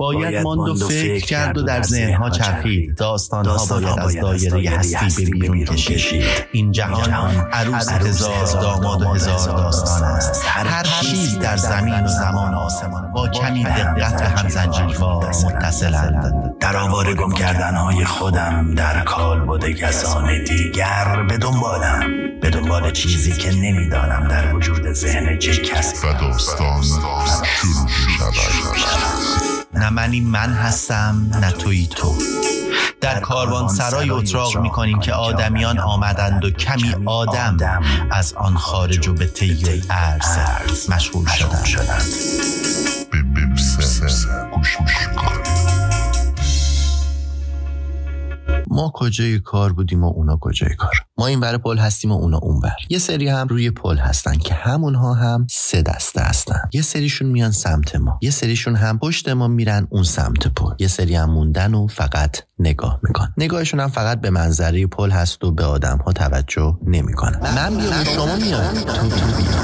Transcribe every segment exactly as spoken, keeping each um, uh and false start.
باید ماند و فکر کرد و در ذهنها چرخید. داستانها باید از دایره هستی به بیرون کشید. این جهان عروس هزار داماد و هزار داستان است. هر چیز در زمین و زمان آسمان با کمی دقت هم زنجیروار متصلند. در آواره گم کردنهای خودم در کالبد کسان دیگر به دنبالم، به دنبال چیزی که نمیدانم در وجود ذهن چه کسی. و داستان شروع شود. نه منی من هستم نه تویی تو. در کاروان سرای اتراق میکنیم که آدمیان آمدند و کمی آدم از آن خارج و به طی ارز مشغول شدند. به ببسه گوش کن. ما کجای کار بودیم و اونا کجای کار. ما این ور پل هستیم و اونا اون ور. یه سری هم روی پل هستن که همونها هم سه دسته هستن. یه سریشون میان سمت ما، یه سریشون هم پشت ما میرن اون سمت پل. یه سری هم موندن و فقط نگاه میکن. نگاهشون هم فقط به منظره پل هست و به آدم ها توجه نمیکنن. من بیام شما میاد. تو تو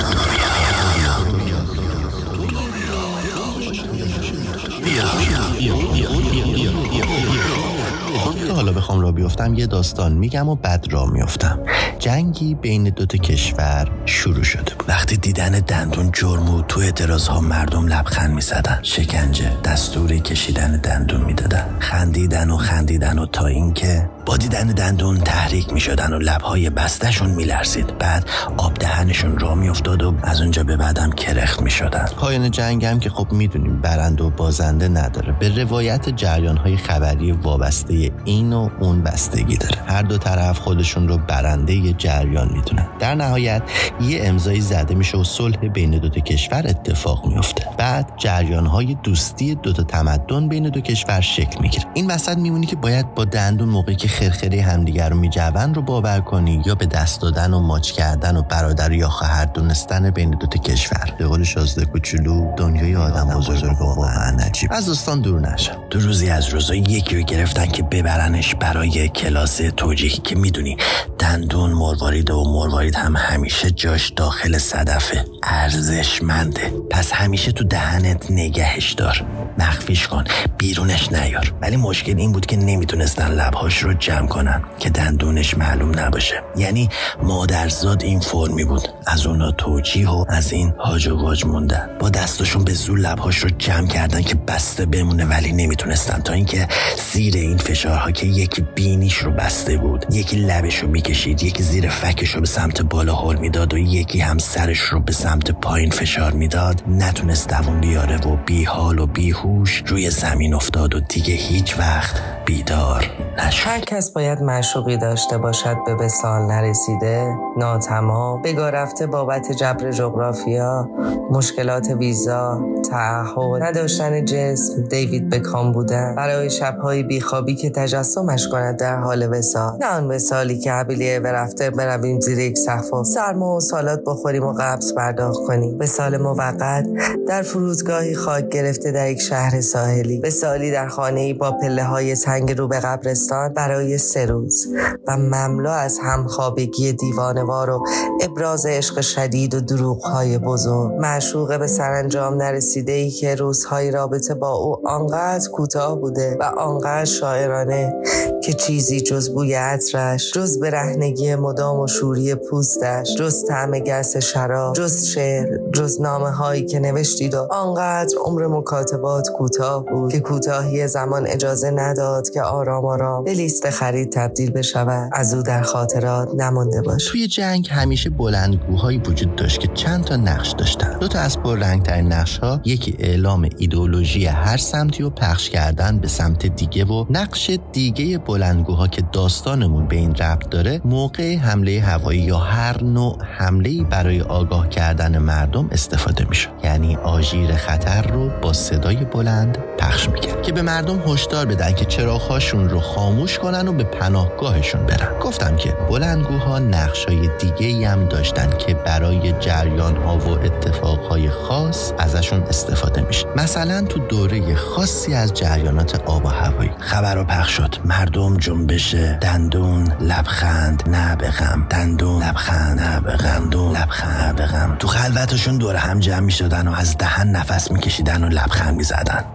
که حالا بخوام را بیفتم یه داستان میگم و بعد را میفتم. جنگی بین دوتا کشور شروع شده بود. وقتی دیدن دندون جرم و تو اعتراضها مردم لبخند میزدن، شکنجه دستوری کشیدن دندون میدادن، خندیدن و خندیدن و تا اینکه با دیدن دندون تحریک میشدن و لبهای بستشون میلرزید. بعد آب دهنشون را میافتاد و از اونجا به بعدم کرخت میشدن. پایان جنگ هم که خب میدونیم برنده و بازنده نداره. به روایت جریان‌های خبری وابسته این و اون بستگی داره. هر دو طرف خودشون رو برنده ی جریان میدونن. در نهایت یه امضایی زده میشه و صلح بین دو تا کشور اتفاق میفته. بعد جریان‌های دوستی دو تا تمدن بین دو کشور شکل میگیره. این وسط میمونی که باید با دندون موقعی که خرخره همدیگر رو میجون رو باور کنی یا به دست دادن و ماچ کردن و برادر یا خواهر دونستن بین دو تا کشور. به قول شازده کوچولو دنیای آدم بزرگ واقعا عجیب. از داستان دور نشم. دو روزی از روزا یکی رو گرفتن که ببرنش برای کلاس توجیهی که میدونی دندون مروارید و مروارید هم همیشه جاش داخل صدفه، ارزشمنده. پس همیشه تو دهنت نگهش دار، مخفیش کن، بیرونش نیار. ولی مشکل این بود که نمیتونستن لبهاش رو جمع کنن که دندونش معلوم نباشه. یعنی مادرزاد این فرمی بود. از اونا توجیه و از این هاج و واج موندن. با دستشون به زور لبهاش رو جمع کردن که بسته بمونه ولی نمیتونستن، تا اینکه زیر این فشارها که یکی بینیش رو بسته بود، یکی لبش رو میکشید، یکی زیر فکش رو به سمت بالا هل میداد و یکی هم سرش رو به سمت پایین فشار میداد، نتونست دووم بیاره و بی حال و بی هوش روی زمین افتاد و دیگه هیچ وقت بیدار نشد. هر کس باید معشوقی داشته باشد به وصال نرسیده، ناتمام، بگاه رفته بابت جبر جغرافیا، مشکلات ویزا، تعهد، نداشتن جسم، دیوید بکام بودن، برای شب‌های بیخوابی که تجسمش کند در حال وصال. نه آن وصالی که حبیلیه و رفته برویم زیر یک سقف و سرما و سالات بخوریم و قبض پرداخت کنیم. وصال موقت در فرودگاهی خاک گرفته در یک شهر ساحلی، وصالی در خانه‌ای با پله‌های سنگ رو به قبرستان برای سه روز و مملو از همخوابگی دیوانه‌وار و ابراز عشق شدید و دروغ‌های بزرگ. معشوق به سرانجام نرسیده‌ای که روزهای رابطه با او آنقدر کوتاه بوده و آنقدر شاعرانه که چیزی جز بوی عطرش، جز برهنگی مدام و شوری پوستش، جز طعم گس شراب، جز شعر، جز نامه هایی که نوشتید و آنقدر عمر مکاتبات کوتاه بود که کوتاهی زمان اجازه نداد که آرام آرام به لیست خرید تبدیل بشود، از او در خاطرات نمانده باشه. توی جنگ همیشه بلندگوهایی وجود داشت که چند تا نقش داشتن. دو تا از پررنگ‌ترین نقش‌ها، یکی اعلام ایدئولوژی هر سمتی و پخش کردن به سمت دیگه و نقش دیگه بلندگوها که داستانمون به این ربط داره، موقع حمله هوایی یا هر نوع حمله‌ای برای آگاه کردن مردم استفاده میشه. یعنی آژیر خطر رو با صدای بلند پخش میکنه که به مردم هشدار بدن که چراغ‌هاشون رو خاموش کنن و به پناهگاهشون برن. گفتم که بلندگوها نقشای دیگه‌ای هم داشتن که برای جریان‌ها و اتفاقهای خاص ازشون استفاده میشه. مثلا تو دوره خاصی از جریانات آب و هوایی خبر پخش شد، مردم جنبش دندون لبخند نه به غم، دندون لبخند نه به غم، دندون لبخند به غم. تو خلوتشون دور هم جمع میشدن و از دهن نفس میکشیدن و لبخند میزدن تا اینکه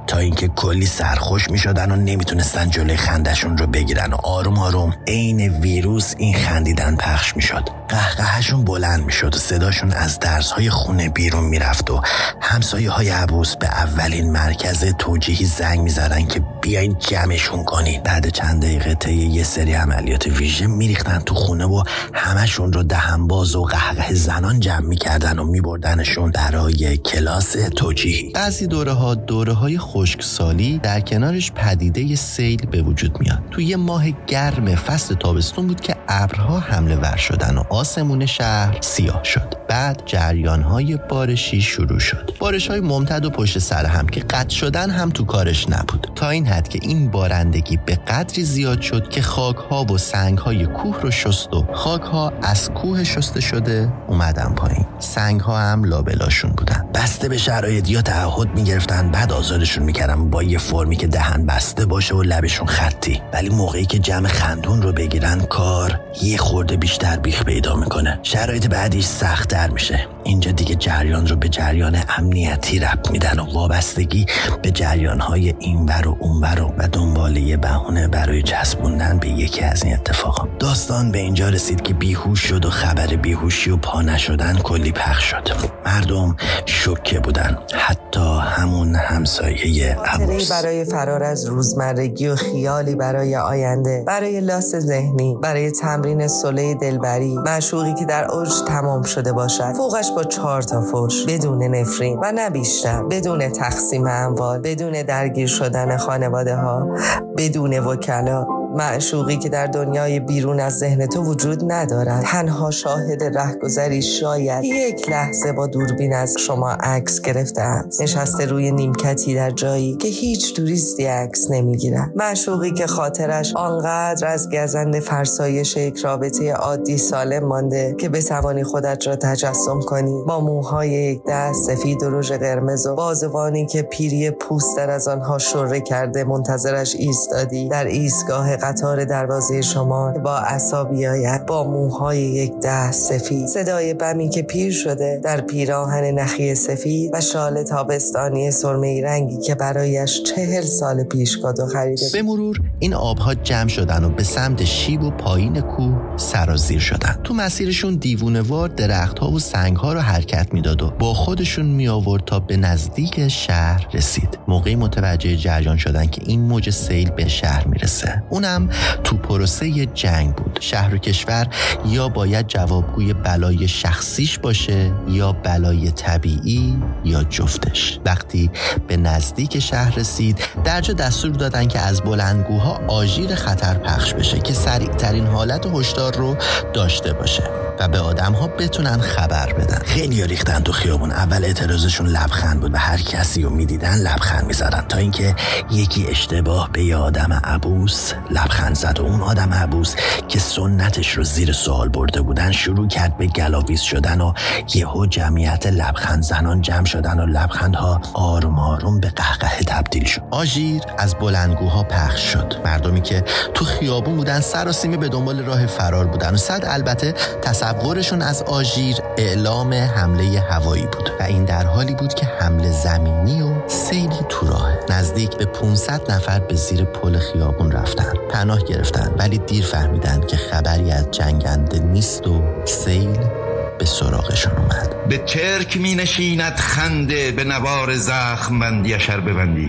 که کلی سرخوش میشدن و نمیتونستن جلوی خندشون رو بگیرن و آروم آروم عین ویروس این خندیدن پخش میشد. قهقهشون بلند میشد و صداشون از درزهای خونه بیرون میرفت و همسایه های عبوس به اولین مرکز توجیهی زنگ میزدن که بیاین جمعشون کنین. بعد چند دقیقه طی یه سری عملیات ویژه میریختن تو خونه و همشون رو دهنباز و قهقه زنان جمع میکردن و میبردنشون برای کلاس توجیهی. بعضی دوره ها دوره های خشکسالی در کنارش پدیده سیل به وجود میاد. تو یه ماه گرم فصل تابستون بود که ابرها حمله ور شدن و آسمون شهر سیاه شد. بعد جریان‌های بارشی شروع شد. بارش‌های ممتد و پشت سر هم که قطع شدن هم تو کارش نبود. تا این حد که این بارندگی به قدری زیاد شد که خاک‌ها و سنگ‌های کوه رو شست و خاک‌ها از کوه شسته شده اومدن پایین. سنگ‌ها هم لابلاشون بودن. بسته به شرایط یا تعهد می‌گرفتن، بعد آزادشون می‌کردن با یه فرمی که دهن بسته باشه و لبشون خطی. ولی موقعی که جمع خندون رو بگیرن کار یه خورده بیشتر بیخ پیدا میکنه. شرایط بعدیش سخت‌تر میشه. اینجا دیگه جریان رو به جریان امنیتی ربط میدن و وابستگی به جریان‌های اینور و اونور و دنبال یه بهونه برای چسبوندن به یکی از این اتفاقا. داستان به اینجا رسید که بیهوش شد و خبر بیهوشی و پا نشدن کلی پخش شد. مردم شوکه بودن، حتی همون همسایه عبوس. برای فرار از روزمرگی و خیالی برای آینده، برای لاس ذهنی، برای تمرین سله دلبری، معشوقی که در اوج تمام شده باشد، فوقش با چهار تا فوش، بدون نفرین و نه بیشتر، بدون تقسیم اموال، بدون درگیر شدن خانواده ها، بدون وکلا. معشوقی که در دنیای بیرون از ذهن تو وجود ندارد، تنها شاهد رهگذری شاید یک لحظه با دوربین از شما عکس گرفته است، نشسته روی نیمکتی در جایی که هیچ توریستی عکس نمیگیرد. معشوقی که خاطرش آنقدر از گزند فرسایش یک رابطه عادی سالم مانده که بتوانی خودت را تجسم کنی با موهای یک دست سفید و رژ قرمز و بازوانی که پیری پوست در از آنها شره کرده منتظرش ایستادی در ایستگاه قطار دروازه شما با عصابی آید، با موهای یک دست سفید، صدای بمی که پیر شده در پیراهن نخی سفید و شال تابستانی سرمه‌ای رنگی که برایش چهل سال پیش کادو خریده. به مرور این آبها جمع شدن و به سمت شیب و پایین کوه سرازیر شدن. تو مسیرشون دیوونه‌وار درخت‌ها و سنگ‌ها رو حرکت میداد و با خودشون می آورد تا به نزدیک شهر رسید. موقعی متوجه جریان شدن که این موج سیل به شهر میرسه. اونم تو پروسه جنگ بود. شهر و کشور یا باید جوابگوی بلای شخصیش باشه یا بلای طبیعی یا جفتش. وقتی به نزدیک شهر رسید درجا دستور دادن که از بلندگوها آژیر خطر پخش بشه که سریع ترین حالت هشدار رو داشته باشه و به آدم‌ها بتونن خبر بدن. خیلی ریختن تو خیابون. اول اعتراضشون لبخند بود و هر کسی رو میدیدن لبخند میزدن، تا اینکه یکی اشتباه به یه آدم عبوس لبخند زد و اون آدم عبوس که سنتش رو زیر سوال برده بودن شروع کرد به گلاویز شدن و یهو جمعیت لبخند زنان جمع شدن و لبخندها آروم آروم به قهقه تبدیل شد. آژیر از بلندگوها پخش شد. مردمی که تو خیابون بودن سراسیمه به دنبال راه فرار بودن و صد البته تصورشون از آژیر اعلام حمله هوایی بود و این در حالی بود که حمله زمینی و سیلی تو راهه. نزدیک به پانصد نفر به زیر پل خیابون رفتن، پناه گرفتن، ولی دیر فهمیدن که خبری از جنگنده نیست و سیل به سراغشون اومد. به چرک می نشیند خنده، به نوار زخم بندی اشر ببندی.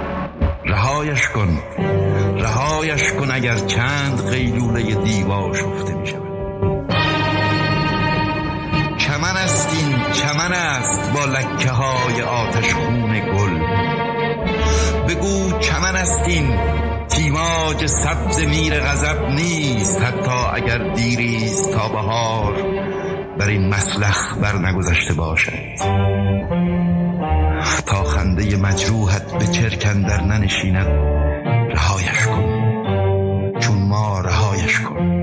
رهایش کن، رهایش کن اگر چند قیلوله دیوا شفته می شود. چمن است این، چمن است با لکه های آتش خون گل. بگو چمن است این، تیماج سبز میر غضب نیست، حتی اگر دیریست تا بهار بر این مسلخ بر نگذشته باشد. تا خنده مجروحت به چرک اندر ننشیند، رهایش کن چون ما رهایش کن.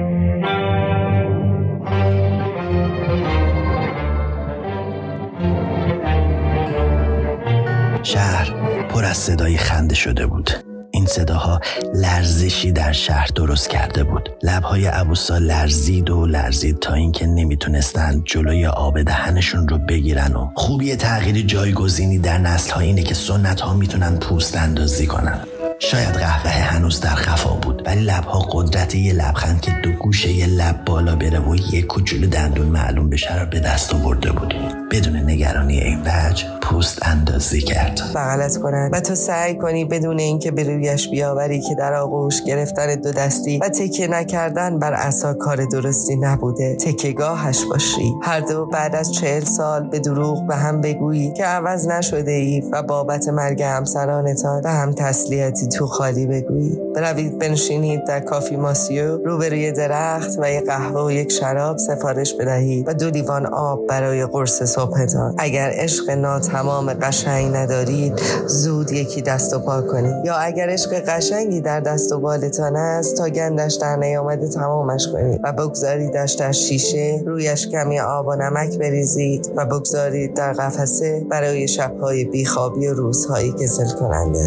شهر پر از صدای خنده شده بود. این این صداها لرزشی در شهر درست کرده بود. لبهای ابوسا لرزید و لرزید تا اینکه نمیتونستن جلوی آب دهنشون رو بگیرن. و خوبی تغییر جایگزینی در نسل‌ها اینه که سنت‌ها میتونن پوست اندازی کنن. شاید قهوه هنوز در خفا بود، ولی لبها قدرت یه لبخند که دو گوشه یه لب بالا بره و یه کوچولو دندون معلوم بشه رو به دست آورده بود. بدون نگرانی این وجه پوست اندازی کرد. بغلت کنن و تو سعی کنی بدون اینکه به رویش بیاوری که در آغوش گرفتن دو دستی و تکیه نکردن بر عصا کار درستی نبوده. تکیه‌گاهش باشی. هر دو بعد از چهل سال به دروغ به هم بگویی که عوض نشده ای و بابت مرگ همسرانتان به هم تسلیتی تو خالی بگویی. بروید بنشینید در کافی ماسیو روبروی درخت و یک قهوه و یک شراب سفارش بدهید و دو لیوان آب برای قرص صبحتان. اگر عشق ناتمام قشنگ ندارید زود یکی دست و پا کنید، یا اگر عشق قشنگی در دست و بالتان است تا گندش در نیامده تمامش کنید و بگذاریدش در شیشه، رویش کمی آب و نمک بریزید و بگذارید در قفسه برای شب‌های بیخوابی و روزهای کسل کننده.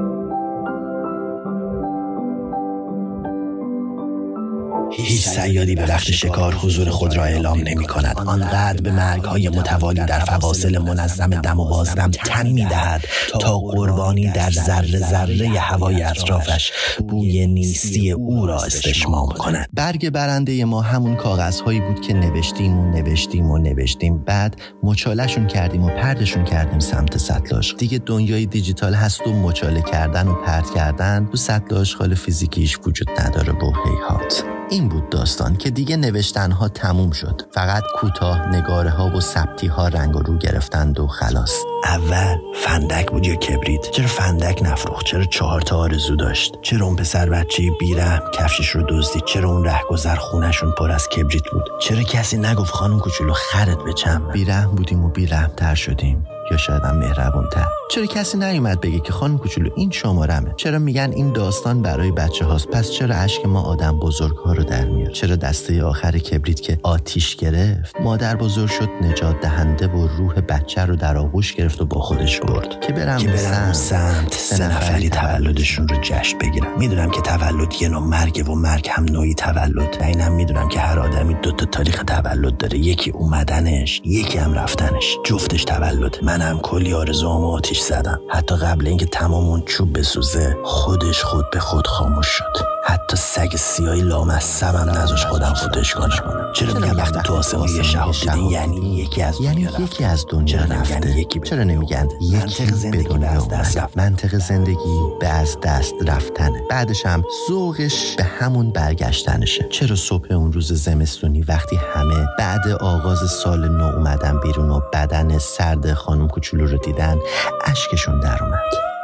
هیچ صیادی به وقت شکار حضور خود را اعلام نمی کند. آنقدر به مرگ‌های متوالی در فواصل منظم دم و بازدم تن می دهد تا قربانی در ذره ذره هوای اطرافش بوی نیستی او را استشمام کند. برگ برنده ما همون کاغذهایی بود که نوشتیم و نوشتیم و نوشتیم، بعد مچاله‌شون کردیم و پرتشون کردیم سمت سطل آشغال. دیگه دنیای دیجیتال هست و مچاله کردن و پرت کردن تو سطل آشغال فیزیکیش وجود نداره. و هیهات این بود داستان که دیگه نوشتنها تموم شد. فقط کوتاه نگاره ها و ثبتی ها رنگ و رو گرفتند و خلاص. اول فندک بود یا کبریت؟ چرا فندک نفروخت؟ چرا چهار تا آرزو داشت؟ چرا اون پسر بچه بیرحم کفشش رو دزدید؟ چرا اون رهگذر خونشون پر از کبریت بود؟ چرا کسی نگفت خانم کوچولو خرت به چم؟ بیرحم بودیم و بیرحم‌تر شدیم، یا شاید هم مهربون‌تر. چرا کسی نیومد بگه که خانم کوچولو این شمارمه؟ چرا میگن این داستان برای بچه هاست؟ پس چرا اشک ما آدم بزرگ‌ها رو در میاره؟ چرا دسته آخر کبریت که آتیش گرفت مادر بزرگ شد نجات دهنده و روح بچه رو در آغوش گرفت و با خودش برد که برم که برم سمت سه نفری تولدشون رو جشن بگیرم. میدونم که تولد یه نوع مرگه و مرگ هم نوعی تولد. اینم میدونم که هر آدمی دو تا تاریخ تولد داره، یکی اومدنش، یکی هم رفتنش. جفتش تولد. منم کلی آرزوامو آتیش زدم، حتی قبل اینکه تمام اون چوب بسوزه خودش خود به خود خاموش شد. حتی سگ سیاهی لامصبم نذاش خودم فوتش کنم. چرا میگن وقتی تو آسمون یه شهاب دیدین یعنی یکی از یعنی یکی از دنیا رفته؟ چرا نمیگن یکی به دنیا اومد؟ منطق زندگی به از دست رفتنه، بعدش هم ذوقش به همون برگشتنشه. چرا صبح اون روز زمستونی وقتی همه بعد آغاز سال نو اومدن بیرون و بدن سرد خانم کوچولو رو دیدن اشکشون در اومد؟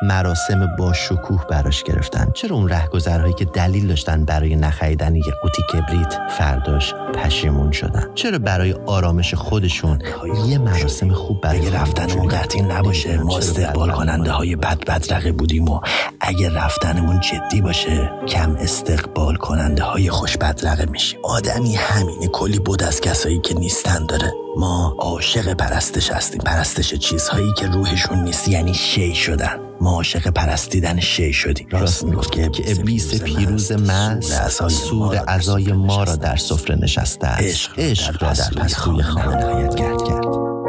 مراسم با شکوه براش گرفتن. چرا اون رهگذرهایی که دلیل داشتن برای نخریدن یه قوطی کبریت فرداش پشیمون شدن؟ چرا برای آرامش خودشون یه مراسم خوب برای رفتنمون قطعی نباشه؟ ما استقبال کننده های بد بدرقه بودیم و اگه رفتنمون جدی باشه کم استقبال کننده های خوش بدرقه میشیم. آدمی همینه، کلی بود از کسایی که نیستن داره. ما عاشق پرستش هستیم، پرستش چیزهایی که روحشون نیست، یعنی شی شدن. ما عاشق پرستیدن شی شدیم. راست میگفت که ابلیس پیروز مست سور عزای ما را در سفره نشسته است، عشق را در پستوی خانه هایت گرد کرد.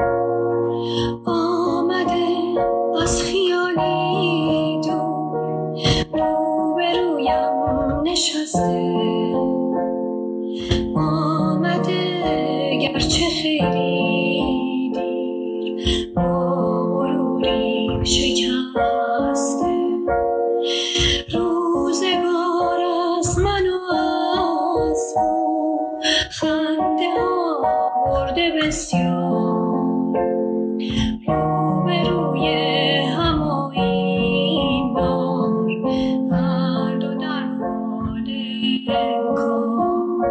آمده از خیالی دور روبرویم نشسته، آمده گرچه خیلی دیر با غروری شکسته، روزگار از من و از او خنده آورده بسیار، روبروی هم و این بار هر دو در حال کار،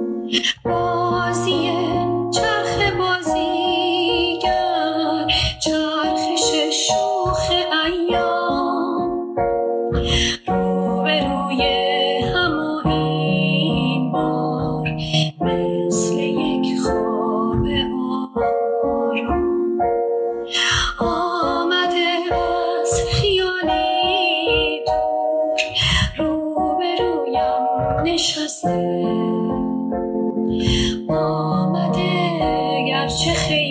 بازی چرخ بازیگر، چرخش شوخ ایام، روبروی هم و این بار مثل یک خواب نشسته آمده گرچه خیلی